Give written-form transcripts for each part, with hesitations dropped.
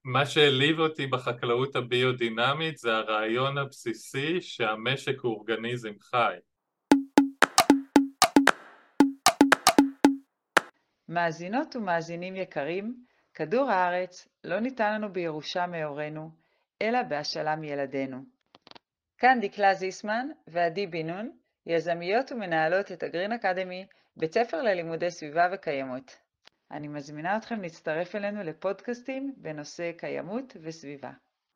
מה שהעליב אותי בחקלאות הביודינמית זה הרעיון הבסיסי שהמשק הוא אורגניזם חי. מאזינות ומאזינים יקרים, כדור הארץ לא ניתן לנו בירושה מהורינו, אלא בהשאלה מילדינו. כאן דקלה זיסמן ועדי בן נון, יזמיות ומנהלות את הגרין אקדמי, בית ספר ללימודי סביבה וקיימות. אני מזמינה אתכם להצטרף אלינו לפודקאסטים בנושא קיימות וסביבה.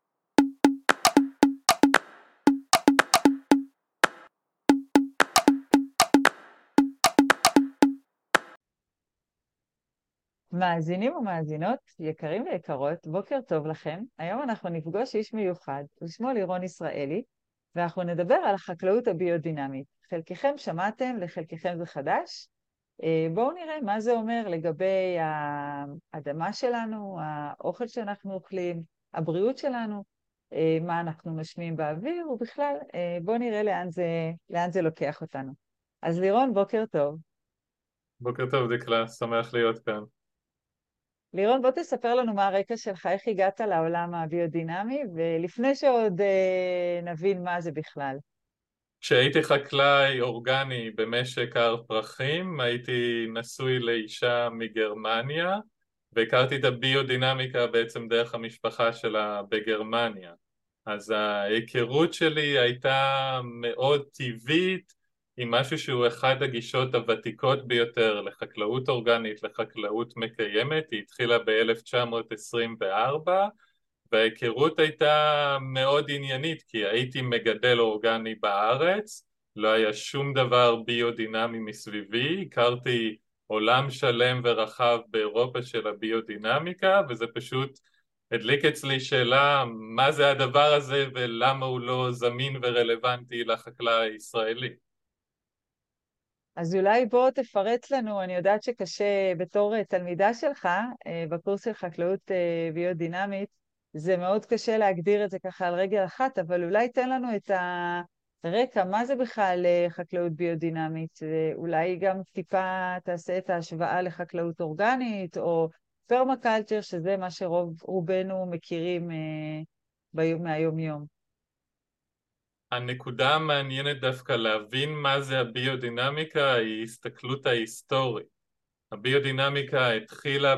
מאזינים ומאזינות, יקרים ויקרות, בוקר טוב לכם. היום אנחנו נפגוש איש מיוחד, ושמו לירון ישראלי, ואנחנו נדבר על החקלאות הביודינמית. חלקכם שמעתם, לחלקכם זה חדש. בואו נראה מה זה אומר לגבי האדמה שלנו, האוכל שאנחנו אוכלים, הבריאות שלנו, מה אנחנו נושמים באוויר, ובכלל בואו נראה לאן זה לוקח אותנו. אז לירון, בוקר טוב. בוקר טוב דקלה, שמח להיות כאן. לירון, בוא תספר לנו מה הרקע שלך, איך הגעת לעולם הביודינמי, ולפני שעוד נבין מה זה בכלל. כשהייתי חקלאי אורגני במשק הר פרחים, הייתי נשוי לאישה מגרמניה, והכרתי את הביודינמיקה בעצם דרך המשפחה שלה בגרמניה. אז ההיכרות שלי הייתה מאוד טבעית, עם משהו שהוא אחד הגישות הוותיקות ביותר לחקלאות אורגנית, לחקלאות מקיימת. היא התחילה ב-1924, וההיכרות הייתה מאוד עניינית, כי הייתי מגדל אורגני בארץ, לא היה שום דבר ביודינמי מסביבי, הכרתי עולם שלם ורחב באירופה של הביודינמיקה, וזה פשוט הדליק אצלי שאלה מה זה הדבר הזה ולמה הוא לא זמין ורלוונטי לחקלאי הישראלי. אז אולי בוא תפרט לנו, אני יודעת שקשה בתור תלמידה שלך, בקורס של חקלאות ביודינמית, זה מאוד קשה להגדיר את זה ככה על רגל אחת, אבל אולי תן לנו את הרקע, מה זה בכלל חקלאות ביודינמית, ואולי גם טיפה תעשה את ההשוואה לחקלאות אורגנית, או פרמקלצ'ר, שזה מה שרובנו מכירים מהיום-יום. הנקודה המעניינת דווקא להבין מה זה הביודינמיקה היא הסתכלות ההיסטורית. הביודינמיקה התחילה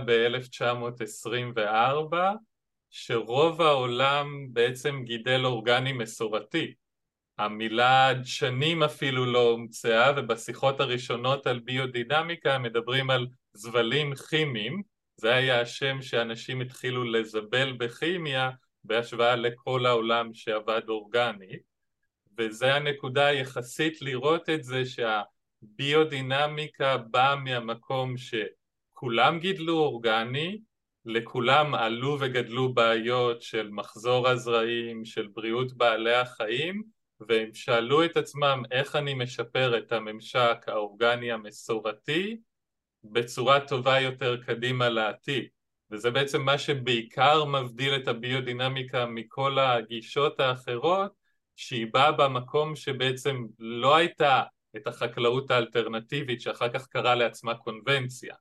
ב-1924, שרוב העולם בעצם גידל אורגני מסורתי. המילה דשנים אפילו לא הומצאה, ובשיחות הראשונות על ביודינמיקה מדברים על זבלים כימיים. זה היה השם שאנשים התחילו לזבל בכימיה בהשוואה לכל העולם שעבד אורגנית. וזה הנקודה היחסית לראות את זה שהביודינמיקה באה מהמקום שכולם גידלו אורגני, לכולם עלו וגדלו בעיות של מחזור הזרעים, של בריאות בעלי החיים, והם שאלו את עצמם איך אני משפר את הממשק האורגני המסורתי בצורה טובה יותר קדימה לעתיד. וזה בעצם מה שבעיקר מבדיל את הביודינמיקה מכל הגישות האחרות, שהיא באה במקום שבעצם לא הייתה את החקלאות האלטרנטיבית שאחר כך קרא לעצמה קונבנציה.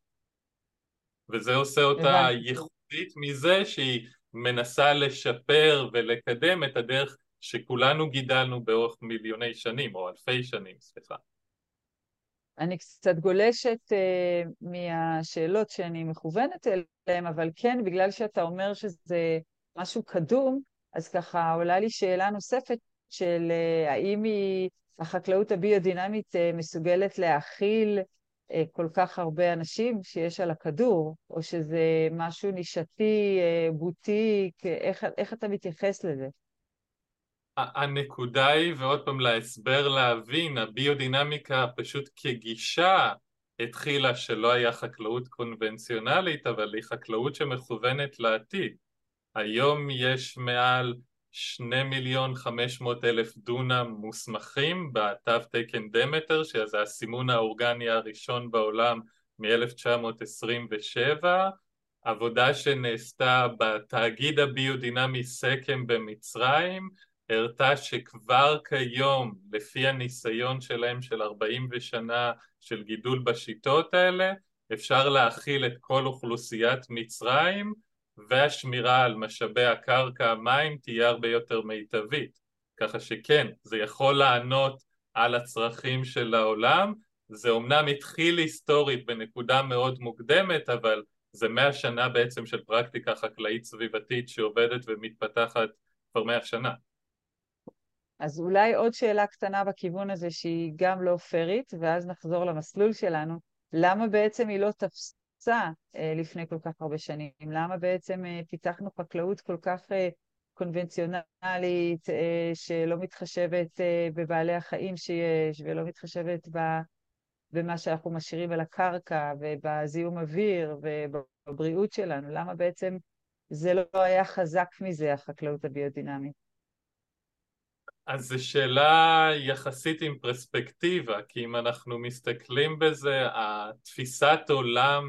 וזה עושה אותה הבנתי. ייחודית מזה שהיא מנסה לשפר ולקדם את הדרך שכולנו גידלנו באורך מיליוני שנים או אלפי שנים, סליחה. אני קצת גולשת מהשאלות שאני מכוונת אליהן, אבל כן, בגלל שאתה אומר שזה משהו קדום, אז ככה עולה לי שאלה נוספת של האם החקלאות הביודינמית מסוגלת להכיל כל כך הרבה אנשים שיש על הכדור, או שזה משהו נישתי, בוטיק, איך אתה מתייחס לזה? הנקודה היא, ועוד פעם להסבר להבין, הביודינמיקה פשוט כגישה התחילה שלא היה חקלאות קונבנציונלית, אבל היא חקלאות שמכוונת לעתיד. היום יש מעל 2,500,000 דונם מוסמכים בתו תקן דמטר, שזה הסימון האורגני הראשון בעולם מ-1927, עבודה שנעשתה בתאגיד הביודינמי סקם במצרים, הראתה שכבר כיום, לפי הניסיון שלהם של 40 שנה של גידול בשיטות האלה, אפשר להכיל את כל אוכלוסיית מצרים, והשמירה על משאבי הקרקע, המים, תהיה הרבה יותר מיטבית. ככה שכן, זה יכול לענות על הצרכים של העולם. זה אומנם התחיל היסטורית בנקודה מאוד מוקדמת, אבל זה 100 שנה בעצם של פרקטיקה חקלאית סביבתית שעובדת ומתפתחת כבר 100 שנה. אז אולי עוד שאלה קטנה בכיוון הזה שהיא גם לא פיירית, ואז נחזור למסלול שלנו. למה בעצם היא לא תפסה לפני כל כך הרבה שנים? למה בעצם פיתחנו חקלאות כל כך קונבנציונלית, שלא מתחשבת בבעלי החיים שיש, ולא מתחשבת במה שאנחנו משאירים על הקרקע, ובזיהום אוויר, ובבריאות שלנו? למה בעצם זה לא היה חזק מזה, החקלאות הביודינמית? אז זו שאלה יחסית עם פרספקטיבה, כי אם אנחנו מסתכלים בזה, התפיסת עולם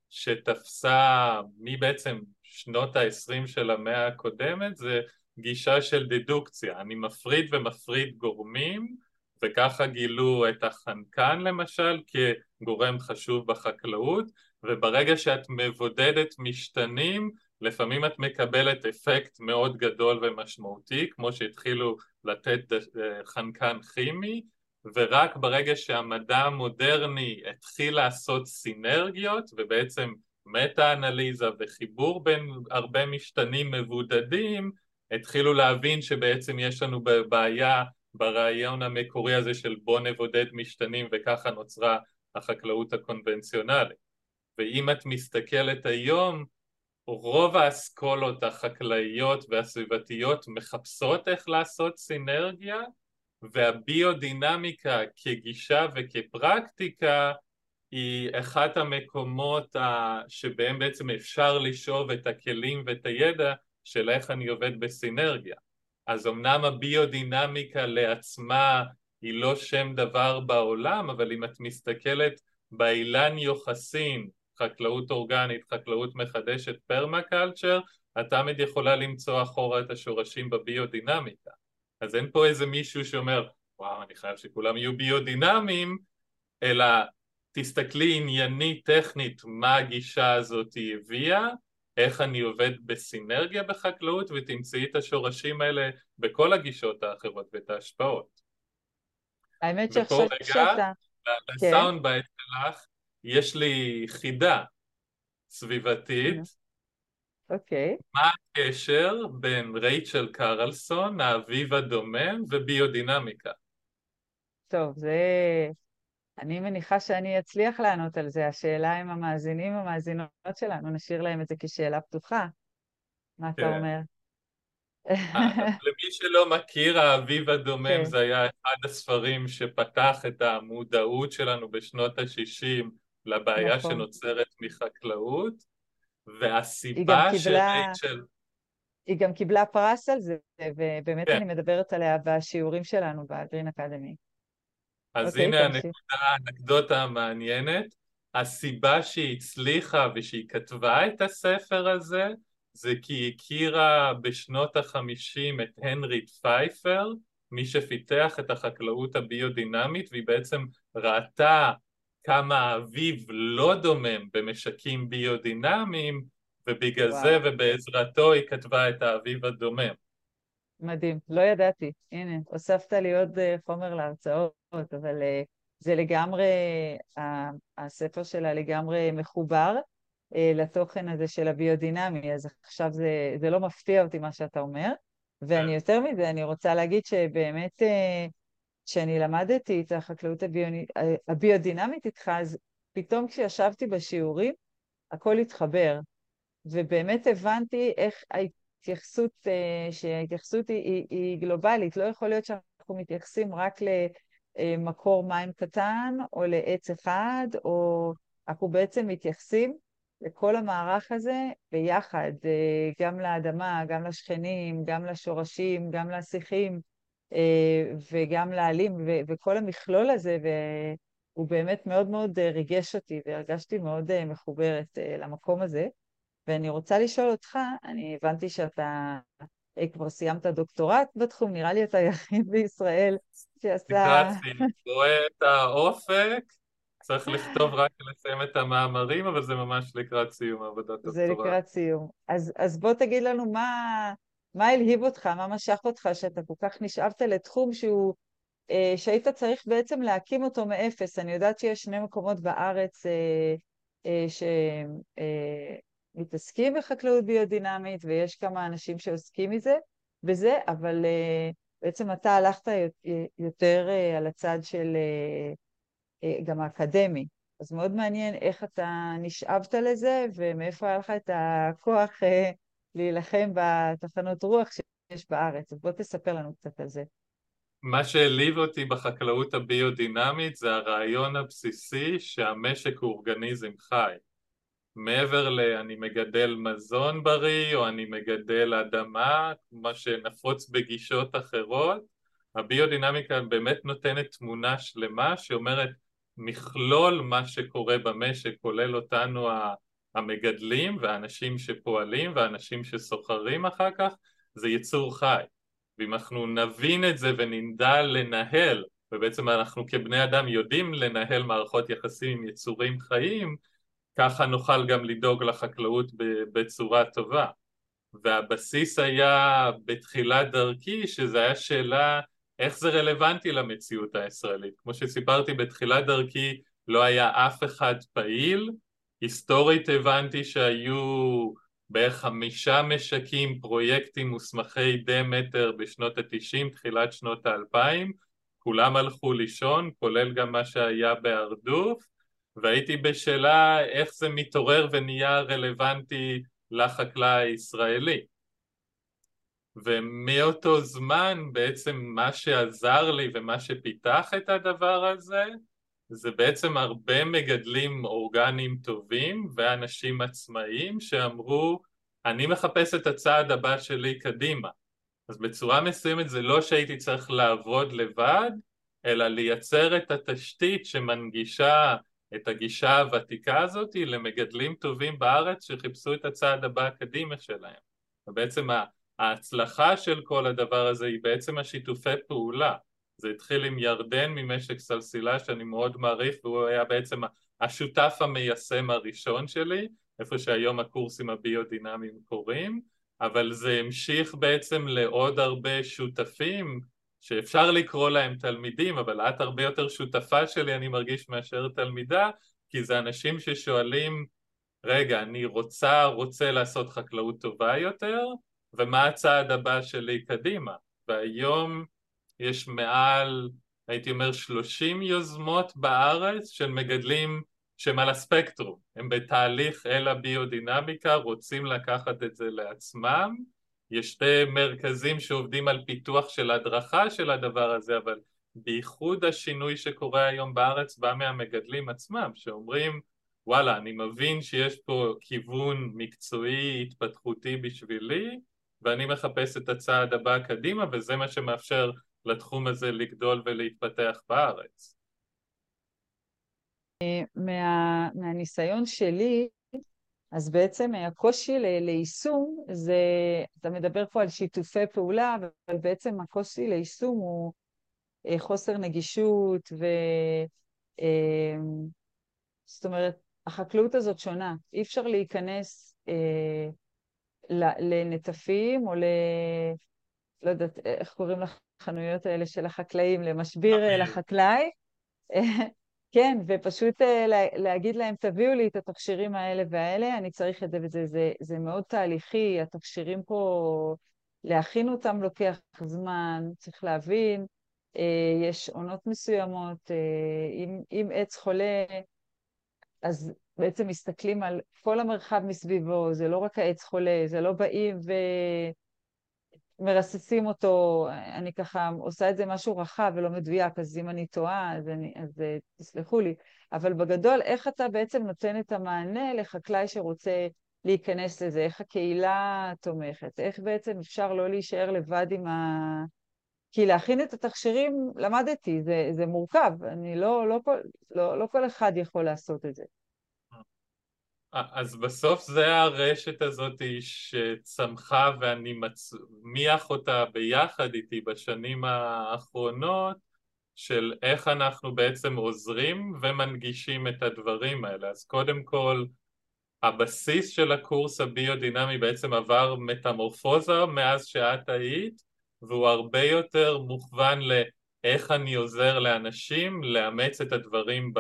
שתפסה מבעצם שנות ה-20 של המאה הקודמת זה גישה של דדוקציה. אני מפריד ומפריד גורמים, וככה גילו את החנקן למשל כגורם חשוב בחקלאות, וברגע שאת מבודדת משתנים, לפעמים את מקבלת אפקט מאוד גדול ומשמעותי, כמו שהתחילו לתת חנקן כימי, ורק ברגע שהמדע המודרני התחיל לעשות סינרגיות, ובעצם מטה-אנליזה וחיבור בין הרבה משתנים מבודדים, התחילו להבין שבעצם יש לנו בעיה ברעיון המקורי הזה של בוא נבודד משתנים, וככה נוצרה החקלאות הקונבנציונלית. ואם את מסתכלת היום, רוב האסכולות החקלאיות והסביבתיות מחפשות איך לעשות סינרגיה, והביודינמיקה כגישה וכפרקטיקה היא אחת המקומות שבהם בעצם אפשר לשאוב את הכלים ואת הידע של איך אני עובד בסינרגיה. אז אמנם הביודינמיקה לעצמה היא לא שם דבר בעולם, אבל אם את מסתכלת באילן יוחסין, חקלאות אורגנית, חקלאות מחדשת, פרמקלצ'ר, את תמיד יכולה למצוא אחורה את השורשים בביודינמיקה. אז אין פה איזה מישהו שאומר, וואו, אני חייב שכולם יהיו ביודינמיים, אלא תסתכלי עניינית, טכנית, מה הגישה הזאת הביאה, איך אני עובד בסינרגיה בחקלאות, ותמצאי את השורשים האלה בכל הגישות האחרות ואת ההשפעות. האמת ופה שעכשיו רגע, שאתה... כן, לסאונד בייט שלך, יש לי חידה נו, סביבתית. אוקיי. מה הקשר בין רייצ'ל קרלסון, האביב הדומם, וביודינמיקה? טוב, זה... אני מניחה שאני אצליח לענות על זה. השאלה אם המאזינים המאזינות שלנו, נשאיר להם את זה כשאלה פתוחה. מה אתה כן. אומר? אז למי שלא מכיר, האביב הדומם כן, זה היה אחד הספרים שפתח את המודעות שלנו בשנות ה-60 לבעיה נכון. שנוצרת מחקלאות, היא גם והסיבה קיבלה, שרייצ'ל... היא גם קיבלה פרס על זה, ובאמת כן, אני מדברת עליה בשיעורים שלנו בגרין אקדמי. אז אוקיי, הנה תמשיך. הנקודה, האנקדוטה המעניינת. הסיבה שהיא הצליחה ושהיא כתבה את הספר הזה, זה כי היא הכירה בשנות ה-50 את הנרי פייפר, מי שפיתח את החקלאות הביודינמית, והיא בעצם ראתה כמה האביב לא דומם במשקים ביודינמיים, ובגלל זה וואו, ובעזרתו היא כתבה את האביב הדומם. מדהים. לא ידעתי. הנה, הוספת לי עוד חומר להרצאות, אבל זה לגמרי, הספר שלה לגמרי מחובר לתוכן הזה של הביודינמי, אז עכשיו זה לא מפתיע אותי מה שאתה אומר. ואני יותר מזה, אני רוצה להגיד שבאמת, כשאני למדתי את החקלאות הביודינמית איתך, אז פתאום כשישבתי בשיעורים, הכל התחבר. ובאמת הבנתי איך ההתייחסות, שההתייחסות היא גלובלית. לא יכול להיות שאנחנו מתייחסים רק למקור מים קטן או לעץ אחד, או אנחנו בעצם מתייחסים לכל המערך הזה ביחד, גם לאדמה, גם לשכנים, גם לשורשים, גם לשיחים, וגם לעלים, וכל המכלול הזה, והוא באמת מאוד מאוד ריגש אותי, והרגשתי מאוד מחוברת למקום הזה. ואני רוצה לשאול אותך, אני הבנתי שאתה כבר סיימת דוקטורט בתחום, נראה לי אתה היחיד בישראל שעשה... סיטרצי, רואה את האופק, צריך לכתוב רק לסיים את המאמרים, אבל זה ממש לקראת סיום עבודת זה דוקטורט. לקראת סיום. אז בוא תגיד לנו מה הלהיב אותך, מה משך אותך, שאתה כל כך נשאבת לתחום שהיית צריך בעצם להקים אותו מאפס. אני יודעת שיש שני מקומות בארץ שמתעסקים בחקלאות ביודינמית, ויש כמה אנשים שעוסקים בזה, אבל בעצם אתה הלכת יותר על הצד של גם האקדמי. אז מאוד מעניין איך אתה נשאבת לזה, ומאיפה היה לך את הכוח להילחם בתחנות רוח שיש בארץ. אז בוא תספר לנו קצת על זה. מה שהעליב אותי בחקלאות הביודינמית זה הרעיון הבסיסי שהמשק הוא אורגניזם חי. מעבר אני מגדל מזון בריא או אני מגדל אדמה, מה שנפוץ בגישות אחרות, הביודינמיקה באמת נותנת תמונה שלמה שאומרת מכלול מה שקורה במשק, כולל אותנו המגדלים והאנשים שפועלים והאנשים שסוחרים אחר כך, זה יצור חי. ואם אנחנו נבין את זה ונדע לנהל, ובעצם אנחנו כבני אדם יודעים לנהל מערכות יחסים עם יצורים חיים, ככה נוכל גם לדאוג לחקלאות בצורה טובה. והבסיס היה בתחילת דרכי, שזה היה שאלה איך זה רלוונטי למציאות הישראלית. כמו שסיפרתי, בתחילת דרכי לא היה אף אחד פעיל, היסטורית הבנתי שהיו בערך 5 משקים, פרויקטים מוסמכי דמטר בשנות ה-90, תחילת שנות ה-2000, כולם הלכו לישון, כולל גם מה שהיה בהרדוף, והייתי בשאלה איך זה מתעורר ונהיה רלוונטי לחקלאי הישראלי. ומאותו זמן בעצם מה שעזר לי ומה שפיתח את הדבר הזה זה בעצם הרבה מגדלים אורגניים טובים ואנשים עצמאיים שאמרו אני מחפש את הצעד הבא שלי קדימה. אז בצורה מסוימת זה לא שהייתי צריך לעבוד לבד, אלא לייצר את התשתית שמנגישה את הגישה הוותיקה הזאת למגדלים טובים בארץ שחיפשו את הצעד הבא קדימה שלהם. ובעצם ההצלחה של כל הדבר הזה היא בעצם השיתופי פעולה. זה התחיל עם ירדן ממשק סלסילה שאני מאוד מעריך, והוא היה בעצם השותף המיישם הראשון שלי, איפה שהיום הקורסים הביודינמיים קורים, אבל זה המשיך בעצם לעוד הרבה שותפים שאפשר לקרוא להם תלמידים, אבל את הרבה יותר שותפה שלי אני מרגיש מאשר תלמידה, כי זה אנשים ששואלים רגע, אני רוצה לעשות חקלאות טובה יותר, ומה הצעד הבא שלי קדימה? והיום יש מעל, הייתי אומר, 30 יוזמות בארץ של מגדלים שהם על הספקטרום, הם בתהליך אל הביודינמיקה, רוצים לקחת את זה לעצמם. יש 2 מרכזים שעובדים על פיתוח של הדרכה של הדבר הזה, אבל בייחוד השינוי שקורה היום בארץ בא מהמגדלים עצמם, שאומרים וואלה, אני מבין שיש פה כיוון מקצועי, התפתחותי בשבילי, ואני מחפש את הצעד הבא קדימה, וזה מה שמאפשר לתחום הזה לגדול ולהתפתח בארץ. מהניסיון שלי, אז בעצם הקושי ליישום זה, אתה מדבר פה על שיתופי פעולה, אבל בעצם הקושי ליישום הוא חוסר נגישות זאת אומרת, החקלאות הזאת שונה. אי אפשר להיכנס לנטפים או לא יודעת איך קוראים לחנויות האלה של החקלאים, למשביר אמיר. לחקלאי. כן, ופשוט להגיד להם, תביאו לי את התכשירים האלה והאלה, אני צריך את זה וזה. זה מאוד תהליכי, התכשירים פה, להכין אותם לוקח זמן, צריך להבין, יש עונות מסוימות, אם עץ חולה, אז בעצם מסתכלים על כל המרחב מסביבו, זה לא רק העץ חולה, זה לא באים ומרססים אותו, אני ככה עושה את זה משהו רחב ולא מדויק, אז אם אני טועה, אז תסלחו לי. אבל בגדול, איך אתה בעצם נותן את המענה לחקלאי שרוצה להיכנס לזה? איך הקהילה תומכת? איך בעצם אפשר לא להישאר לבד עם כי להכין את התכשירים, למדתי, זה מורכב, לא כל אחד יכול לעשות את זה. אז בסוף זה הרשת הזאת שצמחה ואני מצמיח אותה ביחד איתי בשנים האחרונות, של איך אנחנו בעצם עוזרים ומנגישים את הדברים האלה. אז קודם כל, הבסיס של הקורס הביודינמי בעצם עבר מטמורפוזה מאז שאת היית, והוא הרבה יותר מוכוון לאיך אני עוזר לאנשים לאמץ את הדברים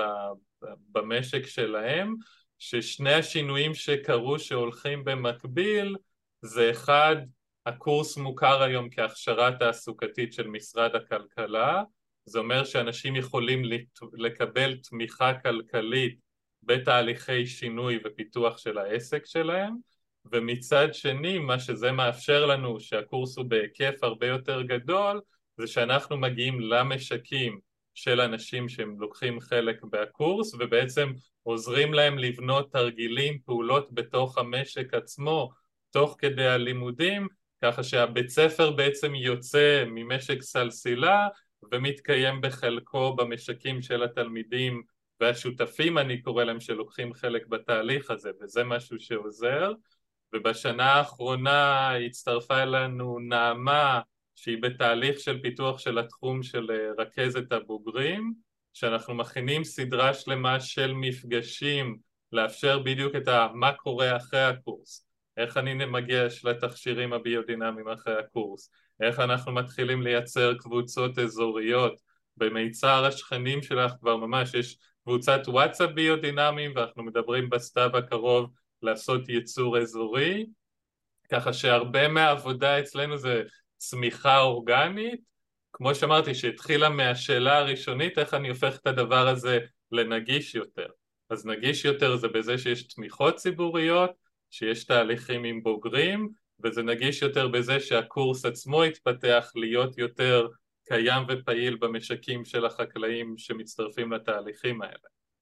במשק שלהם, ששני השינויים שקרו שהולכים במקביל, זה אחד, הקורס מוכר היום כהכשרה תעסוקתית של משרד הכלכלה, זה אומר שאנשים יכולים לקבל תמיכה כלכלית בתהליכי שינוי ופיתוח של העסק שלהם, ומצד שני מה שזה מאפשר לנו שהקורס הוא בהיקף הרבה יותר גדול, זה שאנחנו מגיעים למשקים של אנשים שהם לוקחים חלק בקורס ובעצם עוזרים להם לבנות תרגילים, פעולות בתוך המשק עצמו תוך כדי הלימודים, ככה שהבית ספר בעצם יוצא ממשק סלסילה ומתקיים בחלקו במשקים של התלמידים והשותפים, אני קורא להם, שלוקחים חלק בתהליך הזה, וזה משהו שעוזר. ובשנה האחרונה הצטרפה אלינו נעמה, שהיא בתהליך של פיתוח של התחום של רכזת הבוגרים, שאנחנו מכינים סדרה שלמה של מפגשים לאפשר בדיוק את מה קורה אחרי הקורס, איך אני מגיש לתכשירים הביודינמיים אחרי הקורס, איך אנחנו מתחילים לייצר קבוצות אזוריות. במיצר השכנים שלך כבר ממש יש קבוצת וואטסאפ ביודינמיים, ואנחנו מדברים בסתיו הקרוב לעשות ייצור אזורי, ככה שהרבה מהעבודה אצלנו זה צמיחה אורגנית, כמו שאמרתי, שהתחילה מהשאלה הראשונית, איך אני הופך את הדבר הזה לנגיש יותר. אז נגיש יותר זה בזה שיש תמיכות ציבוריות, שיש תהליכים עם בוגרים, וזה נגיש יותר בזה שהקורס עצמו יתפתח להיות יותר קיים ופעיל במשקים של החקלאים שמצטרפים לתהליכים האלה.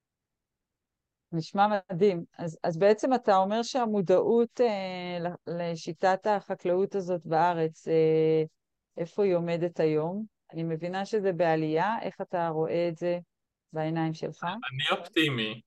נשמע מדהים. אז בעצם אתה אומר שהמודעות לשיטת החקלאות הזאת בארץ, איפה היא עומדת היום? אני מבינה שזה בעלייה, איך אתה רואה את זה בעיניים שלך? אני אופטימי.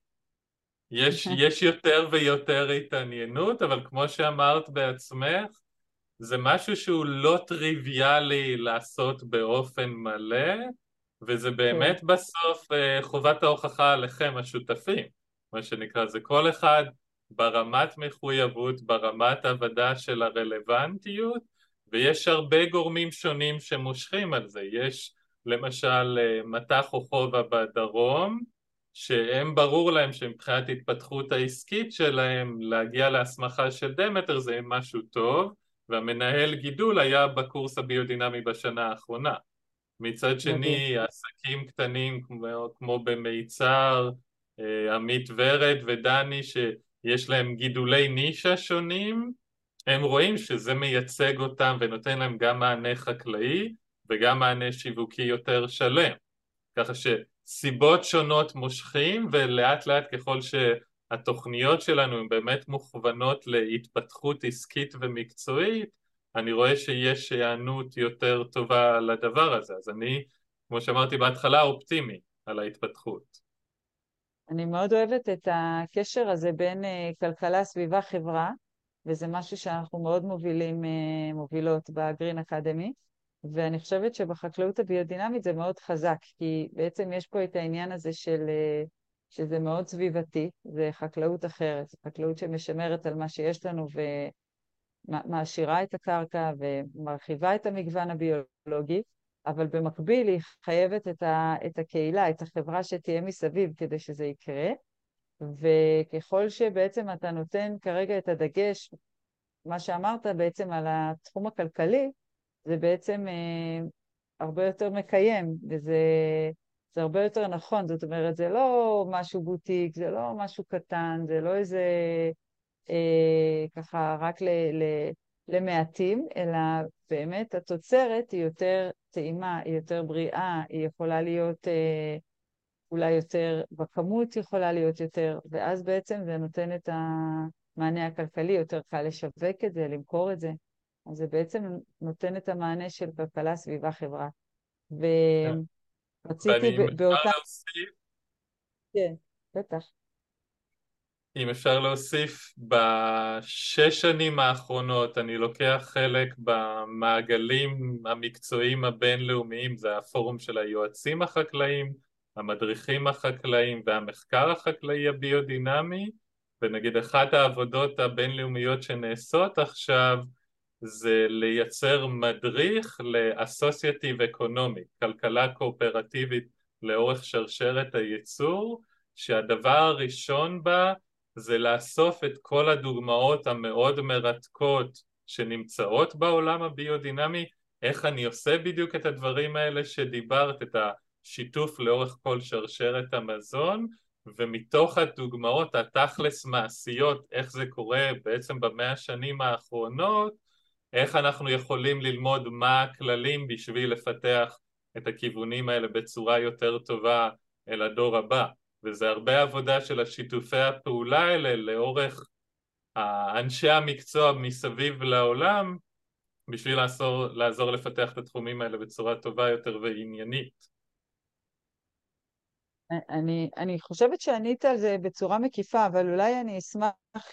יש יותר ויותר התעניינות, אבל כמו שאמרת בעצמך, זה משהו שהוא לא טריוויאלי לעשות באופן מלא, וזה כן, באמת בסוף חובת ההוכחה עליכם השותפים, מה שנקרא, זה כל אחד ברמת מחויבות, ברמת עבודה של הרלוונטיות, ויש הרבה גורמים שונים שמושכים על זה. יש למשל מטח או חובה בדרום, שהם ברור להם שמבחינת התפתחות העסקית שלהם להגיע להסמכה של דמטר זה משהו טוב, והמנהל גידול היה בקורס הביודינמי בשנה האחרונה. מצד מדהים. שני, עסקים קטנים כמו במיצר, עמית ורד ודני, שיש להם גידולי נישה שונים, הם רואים שזה מייצג אותם ונותן להם גם מענה חקלאי וגם מענה שיווקי יותר שלם. ככה שסיבות שונות מושכים, ולאט לאט ככל שהתוכניות שלנו הן באמת מוכוונות להתפתחות עסקית ומקצועית, אני רואה שיש היענות יותר טובה לדבר הזה. אז אני, כמו שאמרתי בהתחלה, אופטימי על ההתפתחות. אני מאוד אוהבת את הקשר הזה בין כלכלה, סביבה, חברה, וזה משהו שאנחנו מאוד מובילות בגרין אקדמי, ואני חושבת שבחקלאות הביודינמית זה מאוד חזק, כי בעצם יש פה את העניין הזה שזה מאוד סביבתי, זה חקלאות אחרת, זה חקלאות שמשמרת על מה שיש לנו ומעשירה את הקרקע ומרחיבה את המגוון הביולוגי, אבל במקביל היא חייבת את הקהילה, את החברה שתהיה מסביב כדי שזה יקרה, וככל שבעצם אתה נותן כרגע את הדגש, מה שאמרת בעצם על התחום הכלכלי, זה בעצם הרבה יותר מקיים, זה הרבה יותר נכון, זאת אומרת, זה לא משהו בוטיק, זה לא משהו קטן, זה לא איזה ככה רק למעטים, אלא באמת התוצרת היא יותר טעימה, היא יותר בריאה, היא יכולה להיות אולי יותר, בכמות יכולה להיות יותר, ואז בעצם זה נותן את המענה הכלכלי, יותר קל לשווק את זה, למכור את זה. אז זה בעצם נותן את המענה של כלכלה, סביבה, חברה. ורציתי ואני אפשר באותה... להוסיף, כן, בטח. אם אפשר להוסיף, בשש שנים האחרונות אני לוקח חלק במעגלים המקצועיים הבינלאומיים, זה הפורום של היועצים החקלאים, המדריכים החקלאים והמחקר החקלאי הביודינמי, ונגיד אחת העבודות הבינלאומיות שנעשות עכשיו זה לייצר מדריך לאסוציאטיב אקונומי, כלכלה קואופרטיבית לאורך שרשרת הייצור, שהדבר הראשון בה זה לאסוף את כל הדוגמאות המאוד מרתקות שנמצאות בעולם הביודינמי, איך אני עושה בדיוק את הדברים האלה שדיברת, את השיתוף לאורך כל שרשרת המזון, ומתוך הדוגמאות התכלס מעשיות, איך זה קורה בעצם במאה השנים האחרונות, איך אנחנו יכולים ללמוד מה הכללים בשביל לפתח את הכיוונים האלה בצורה יותר טובה אל הדור הבא. וזה הרבה עבודה של השיתופי הפעולה האלה לאורך אנשי המקצוע מסביב לעולם, בשביל לעזור לפתח את התחומים האלה בצורה טובה יותר ועניינית. אני חושבת שענית על זה בצורה מקיפה, אבל אולי אני אשמח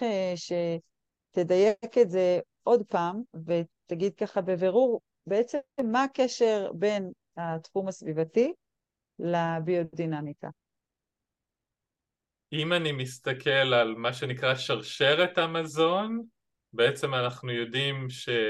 שתדייק את זה עוד פעם, ותגיד ככה בבירור, בעצם מה הקשר בין התחום הסביבתי לביודינמיקה? אם אני מסתכל על מה שנקרא שרשרת המזון, בעצם אנחנו יודעים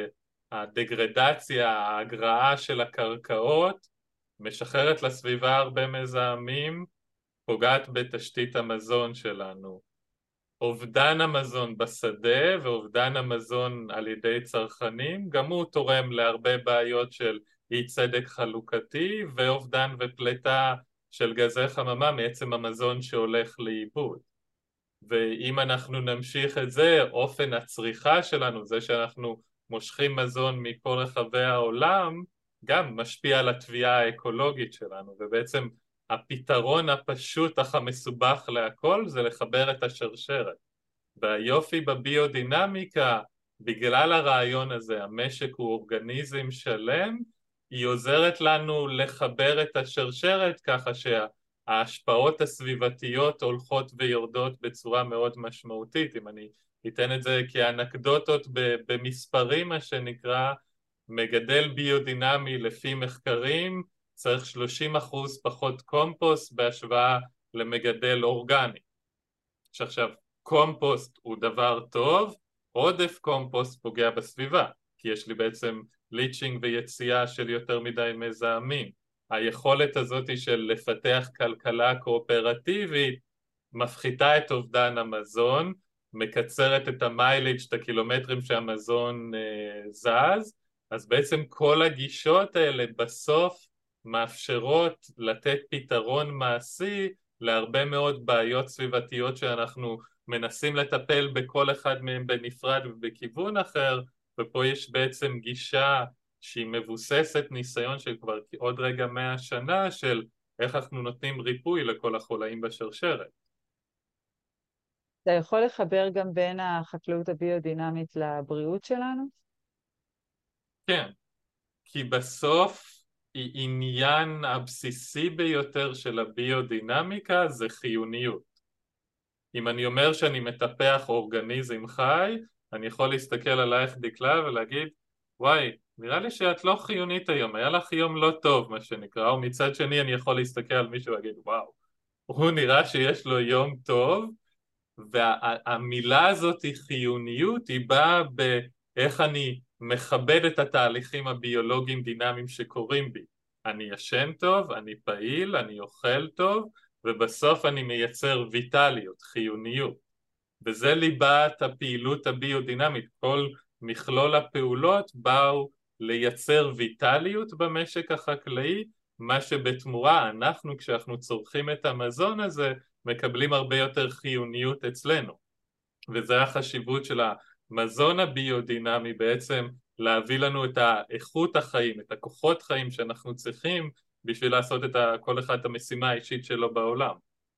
שהדגרדציה, ההגרעה של הקרקעות, משחררת לסביבה הרבה מזהמים, פוגעת בתשתית המזון שלנו. אובדן המזון בשדה ואובדן המזון על ידי צרכנים, גם הוא תורם להרבה בעיות של אי צדק חלוקתי ואובדן ופלטה של גזי חממה מעצם המזון שהולך לאיבוד. ואם אנחנו נמשיך את זה, אופן הצריכה שלנו, זה שאנחנו מושכים מזון מכל רחבי העולם, גם משפיע על התביעה האקולוגית שלנו, ובעצם הפתרון הפשוט אך המסובך להכל זה לחבר את השרשרת. והיופי בביודינמיקה, בגלל הרעיון הזה, המשק הוא אורגניזם שלם, היא עוזרת לנו לחבר את השרשרת ככה שההשפעות הסביבתיות הולכות ויורדות בצורה מאוד משמעותית. אם אני אתן את זה כאנקדוטות במספרים, מה שנקרא, מגדל ביודינמי לפי מחקרים צריך 30% פחות קומפוסט בהשוואה למגדל אורגני. שעכשיו קומפוסט הוא דבר טוב, עודף קומפוסט פוגע בסביבה, כי יש לי בעצם ליצ'ינג ויציאה של יותר מדי מזהמים. היכולת הזאת של לפתח כלכלה קואופרטיבית מפחיתה את אובדן המזון, מקצרת את המיילג', את הקילומטרים שהמזון זז, אז בעצם כל הגישות האלה בסוף מאפשרות לתת פתרון מעשי להרבה מאוד בעיות סביבתיות שאנחנו מנסים לטפל בכל אחד מהם בנפרד ובכיוון אחר, ופה יש בעצם גישה שהיא מבוססת ניסיון של כבר עוד רגע 100 שנה של איך אנחנו נותנים ריפוי לכל החולאים בשרשרת. אתה יכול לחבר גם בין החקלאות הביודינמית לבריאות שלנו? כן, כי בסוף עניין הבסיסי ביותר של הביודינמיקה זה חיוניות. אם אני אומר שאני מטפח אורגניזם חי, אני יכול להסתכל עלייך דקלה ולהגיד, וואי, נראה לי שאת לא חיונית היום, היה לך יום לא טוב מה שנקרא, או מצד שני אני יכול להסתכל על מישהו ולהגיד, וואו, הוא נראה שיש לו יום טוב, והמילה הזאת היא חיוניות, היא באה באיך אני מכבד את התהליכים הביולוגיים דינמיים שקורים בי. אני ישן טוב, אני פעיל, אני אוכל טוב, ובסוף אני מייצר ויטליות, חיוניות. וזה ליבת הפעילות הביודינמית. כל מכלול הפעולות באו לייצר ויטליות במשק החקלאי, מה שבתמורה אנחנו כשאנחנו צורכים את המזון הזה מקבלים הרבה יותר חיוניות אצלנו. וזה החשיבות של המזון הביודינמי בעצם להביא לנו את האיכות החיים, את הכוחות חיים שאנחנו צריכים בשביל לעשות כל אחד את המשימה האישית שלו בעולם.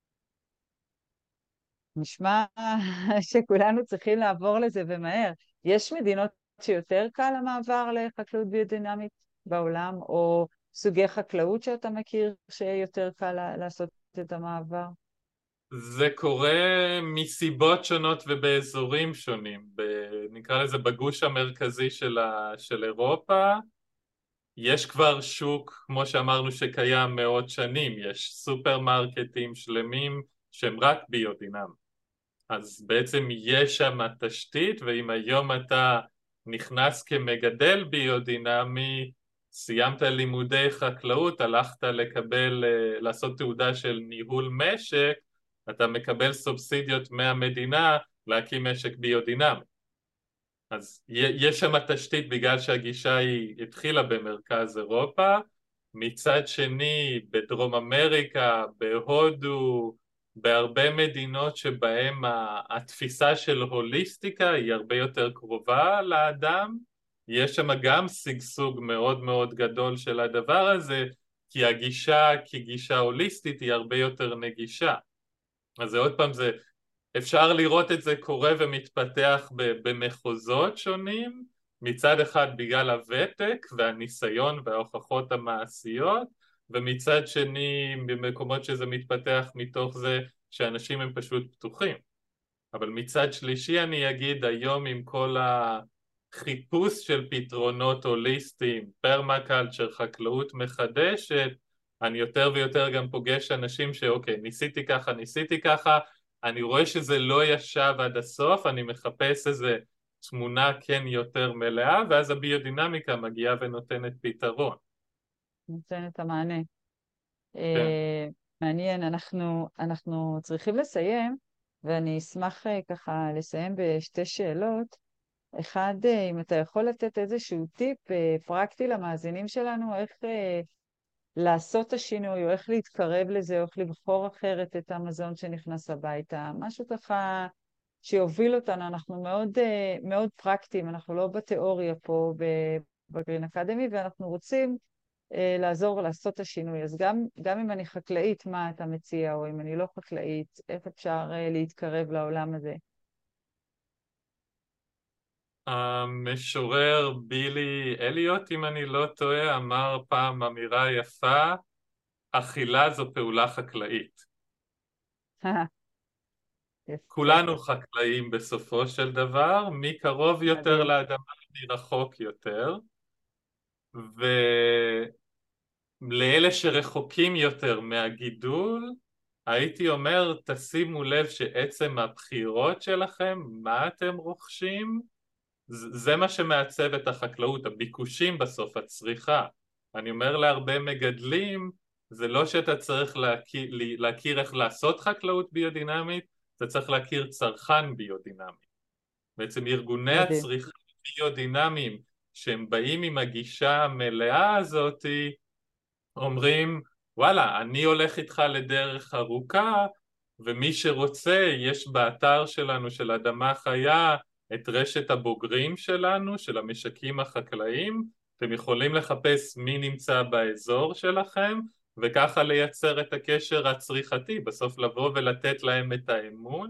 נשמע שכולנו צריכים לעבור לזה ומהר. יש מדינות שיותר קל המעבר לחקלאות ביודינמית בעולם, או סוגי חקלאות שאתה מכיר שיותר קל לעשות את המעבר? זה קורה מסיבות שונות ובאזורים שונים. נקרא לזה בגוש המרכזי של אירופה, יש כבר שוק, כמו שאמרנו, שקיים מאות שנים, יש סופרמרקטים שלמים שהם רק ביודינמיים. אז בעצם יש שם תשתית, ואם היום אתה נכנס כמגדל ביודינמי, סיימת לימודי חקלאות, הלכת לעשות תעודה של ניהול משק, אתה מקבל סובסידיות מהמדינה להקים משק ביודינמי. אז יש שם תשתית בגלל שהגישה היא התחילה במרכז אירופה, מצד שני בדרום אמריקה, בהודו, בהרבה מדינות שבהם התפיסה של הוליסטיקה היא הרבה יותר קרובה לאדם, יש שם גם שגשוג מאוד מאוד גדול של הדבר הזה, כי הגישה כגישה הוליסטית היא הרבה יותר נגישה. אז זה עוד פעם, אפשר לראות את זה קורה ומתפתח במחוזות שונים, מצד אחד בגלל הוותק והניסיון וההוכחות המעשיות, ומצד שני במקומות שזה מתפתח מתוך זה שאנשים הם פשוט פתוחים. אבל מצד שלישי אני אגיד היום עם כל החיפוש של פתרונות הוליסטיים, פרמקלצ'ר, חקלאות מחדשת, אני יותר ויותר גם פוגש אנשים שאוקיי, ניסיתי ככה, אני רואה שזה לא ישב עד הסוף, אני מחפש איזה תמונה כן יותר מלאה, ואז הביודינמיקה מגיעה ונותנת פתרון. נותן את המענה. כן. מעניין, אנחנו צריכים לסיים, ואני אשמח ככה לסיים בשתי שאלות. אחד, אם אתה יכול לתת איזשהו טיפ פרקטי למאזינים שלנו, איך לעשות את השינוי, או איך להתקרב לזה, או איך לבחור אחרת את המזון שנכנס הביתה, משהו ככה שיוביל אותנו. אנחנו מאוד, מאוד פרקטיים, אנחנו לא בתיאוריה פה בגרין אקדמי, ואנחנו רוצים לעזור לעשות את השינוי. אז גם אם אני חקלאית, מה אתה מציע, או אם אני לא חקלאית, איך אפשר להתקרב לעולם הזה? המשורר בילי אליוט, אם אני לא טועה, אמר פעם אמירה יפה, אכילה זו פעולה חקלאית. יפה, כולנו חקלאים בסופו של דבר, מי קרוב יותר מדהים. לאדמה, מי רחוק יותר, ולאלה שרחוקים יותר מהגידול, הייתי אומר, תשימו לב שעצם הבחירות שלכם, מה אתם רוכשים, זה מה שמעצב את החקלאות, הביקושים בסוף, הצריכה. אני אומר להרבה מגדלים, זה לא שאתה צריך להכיר איך לעשות חקלאות ביודינמית, אתה צריך להכיר צרכן ביודינמי. בעצם ארגוני מדהים. הצריכה ביודינמיים, שהם באים עם הגישה המלאה הזאתי, אומרים, וואלה, אני הולך איתך לדרך ארוכה, ומי שרוצה, יש באתר שלנו, של אדמה חיה, את רשת הבוגרים שלנו, של המשקים החקלאיים, אתם יכולים לחפש מי נמצא באזור שלכם, וככה לייצר את הקשר הצריכתי, בסוף לבוא ולתת להם את האמון.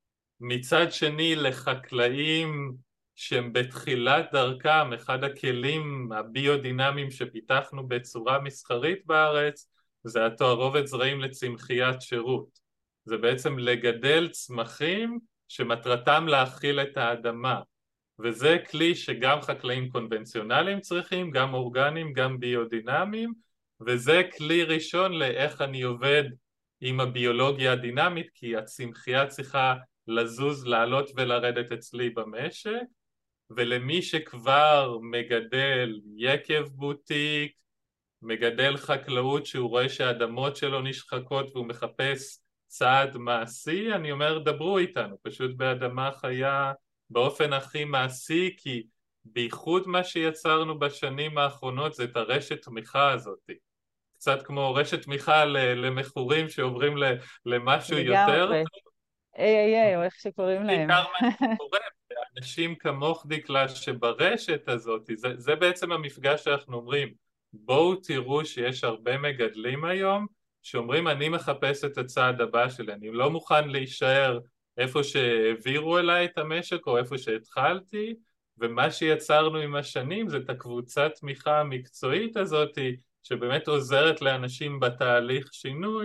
מצד שני, לחקלאים שהם בתחילת דרכם, אחד הכלים הביודינמיים שפיתחנו בצורה מסחרית בארץ, זה התערובת זרעים לצמחיית שירות. זה בעצם לגדל צמחים שמטרתם להאכיל את האדמה. וזה כלי שגם חקלאים קונבנציונליים צריכים, גם אורגניים, גם ביודינמיים, וזה כלי ראשון לאיך אני עובד עם הביולוגיה הדינמית, כי הצמחייה צריכה לזוז, לעלות ולרדת אצלי במשק, ולמי שכבר מגדל יקב בוטיק, מגדל חקלאות שהוא רואה שהאדמות שלו נשחקות והוא מחפש צעד מעשי, אני אומר דברו איתנו, פשוט באדמה חיה באופן הכי מעשי, כי בייחוד מה שיצרנו בשנים האחרונות זה את הרשת תמיכה הזאת, קצת כמו רשת תמיכה למכורים שעוברים למשהו יותר, לגמרי. איי, או איך שקוראים להם. בעיקר מה שקורה, אנשים כמוך דקלה שברשת הזאת, זה בעצם המפגש שאנחנו אומרים, בואו תראו שיש הרבה מגדלים היום שאומרים אני מחפש את הצעד הבא שלי, אני לא מוכן להישאר איפה שהעבירו אליי את המשק או איפה שהתחלתי, ומה שיצרנו עם השנים זה את הקבוצת תמיכה המקצועית הזאת שבאמת עוזרת לאנשים בתהליך שינוי,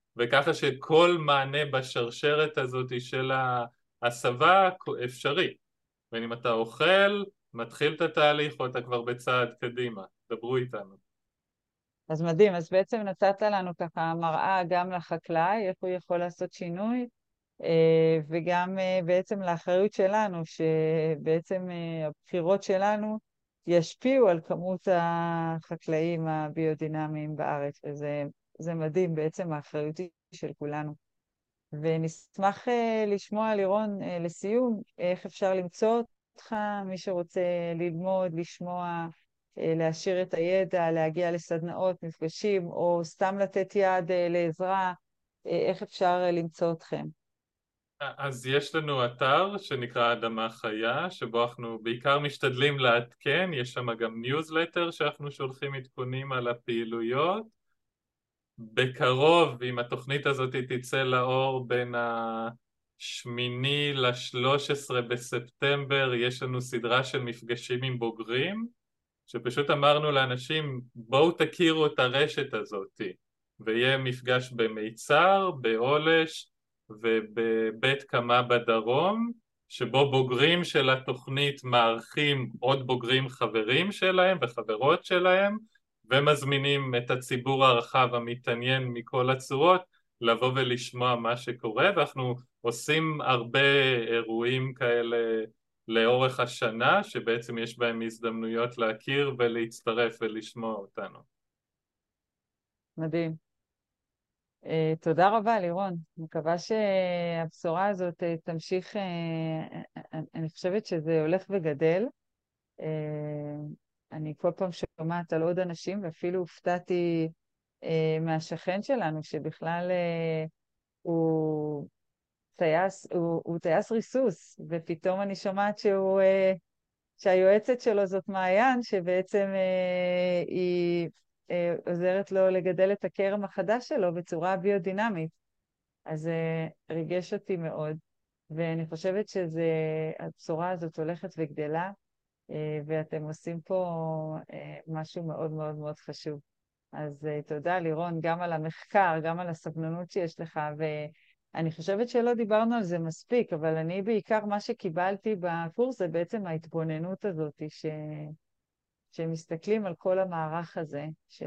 וככה שכל מענה בשרשרת הזאת של ההסבה אפשרי. ואם אתה אוכל, מתחיל את התהליך או אתה כבר בצעד קדימה. דברו איתנו. אז מדהים, אז בעצם נתת לנו ככה מראה גם לחקלאי, איך הוא יכול לעשות שינוי, וגם בעצם לאחריות שלנו, שבעצם הבחירות שלנו ישפיעו על כמות החקלאים הביודינמיים בארץ, וזה מדהים, בעצם האחריות היא של כולנו. ונשמח לשמוע, לירון, לסיום, איך אפשר למצוא אותך, מי שרוצה ללמוד, לשמוע, להשאיר את הידע, להגיע לסדנאות, מפגשים, או סתם לתת יד לעזרה, איך אפשר למצוא אתכם? אז יש לנו אתר שנקרא אדמה חיה, שבו אנחנו בעיקר משתדלים לעדכן, יש שם גם ניוזלטר שאנחנו שולחים עדכונים על הפעילויות. בקרוב, אם התוכנית הזאת תצא לאור בין ה8 ל-13 בספטמבר, יש לנו סדרה של מפגשים עם בוגרים, שפשוט אמרנו לאנשים, בואו תכירו את הרשת הזאת, ויהיה מפגש במיצר, בעולש ובבית קמה בדרום, שבו בוגרים של התוכנית מארחים עוד בוגרים חברים שלהם וחברות שלהם, ומזמינים את הציבור הרחב המתעניין מכל הצורות לבוא ולשמוע מה שקורה, ואנחנו עושים הרבה אירועים כאלה לאורך השנה, שבעצם יש בהם הזדמנויות להכיר ולהצטרף ולשמוע אותנו. מדהים. תודה רבה, לירון. מקווה שהבשורה הזאת תמשיך, אני חושבת שזה הולך וגדל. אה, אני כל פעם שומעת על עוד אנשים, ואפילו הופתעתי מהשכן שלנו, שבכלל הוא טייס ריסוס, ופתאום אני שומעת שהיועצת שלו זאת מעיין, שבעצם היא עוזרת לו לגדל את הכרם החדש שלו בצורה ביודינמית. אז ריגש אותי מאוד, ואני חושבת שהבשורה הזאת הולכת וגדלה, ואתם עושים פה משהו מאוד מאוד מאוד חשוב. אז תודה, לירון, גם על המחקר, גם על הסבלנות שיש לך, ואני חושבת שלא דיברנו על זה מספיק, אבל אני בעיקר מה שקיבלתי בקורס זה בעצם ההתבוננות הזאת, שמסתכלים על כל המערך הזה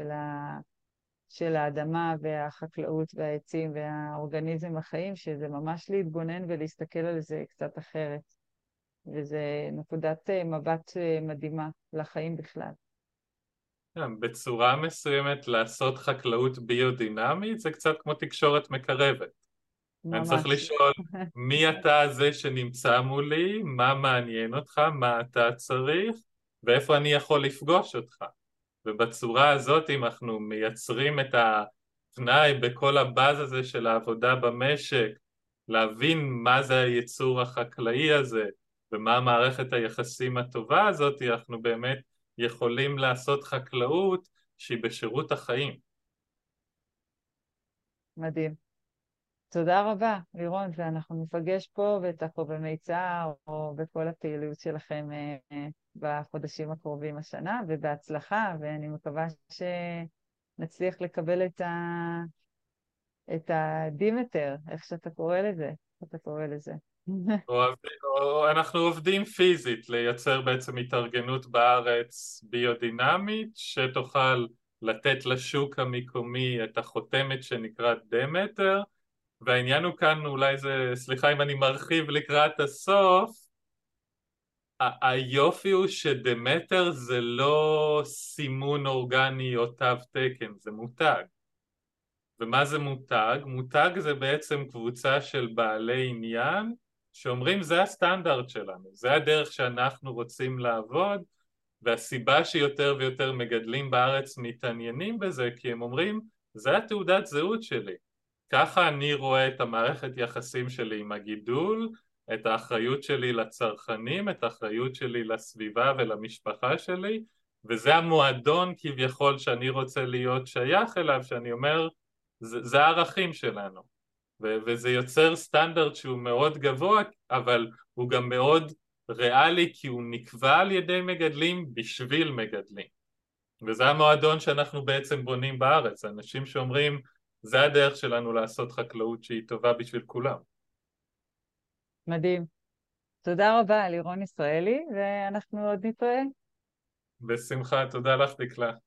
של האדמה והחקלאות והעצים והאורגניזם החיים, שזה ממש להתבונן ולהסתכל על זה קצת אחרת. וזה נקודת מבט מדהימה לחיים בכלל. בצורה מסוימת לעשות חקלאות ביודינמית זה קצת כמו תקשורת מקרבת. אני צריך ממש. לשאול מי אתה זה שנמצא מולי, מה מעניין אותך, מה אתה צריך ואיפה אני יכול לפגוש אותך. ובצורה הזאת אם אנחנו מייצרים את הפנאי בכל הבאז הזה של העבודה במשק, להבין מה זה היצור החקלאי הזה ומה מערכת היחסים הטובה הזאת, אנחנו באמת יכולים לעשות חקלאות שהיא בשירות החיים. מדהים. תודה רבה, לירון, ואנחנו ניפגש פה, בטח או במיצר, או בכל הפעילות שלכם בחודשים הקרובים השנה, ובהצלחה, ואני מקווה שנצליח לקבל את הדימטר, איך שאתה קורא לזה, איך אתה קורא לזה. אנחנו עובדים פיזית לייצר בעצם התארגנות בארץ ביודינמית שתוכל לתת לשוק המקומי את החותמת שנקראת דמטר, והעניין הוא כאן, אולי זה, סליחה אם אני מרחיב לקראת הסוף, היופי הוא שדמטר זה לא סימון אורגני או תו תקן, זה מותג. ומה זה מותג? מותג זה בעצם קבוצה של בעלי עניין שאומרים זה הסטנדרט שלנו, זה הדרך שאנחנו רוצים לעבוד, והסיבה שיותר ויותר מגדלים בארץ מתעניינים בזה כי הם אומרים זה התעודת זהות שלי, ככה אני רואה את המערכת יחסים שלי עם הגידול, את האחריות שלי לצרכנים, את האחריות שלי לסביבה ולמשפחה שלי, וזה המועדון כביכול שאני רוצה להיות שייך אליו, שאני אומר זה הערכים שלנו, וזה יוצר סטנדרט שהוא מאוד גבוה, אבל הוא גם מאוד ריאלי כי הוא נקבע על ידי מגדלים בשביל מגדלים, וזה המועדון שאנחנו בעצם בונים בארץ, אנשים שאומרים זה הדרך שלנו לעשות חקלאות שהיא טובה בשביל כולם. מדהים. תודה רבה, לירון ישראלי, ואנחנו עוד נתראה. בשמחה, תודה לך דקלה.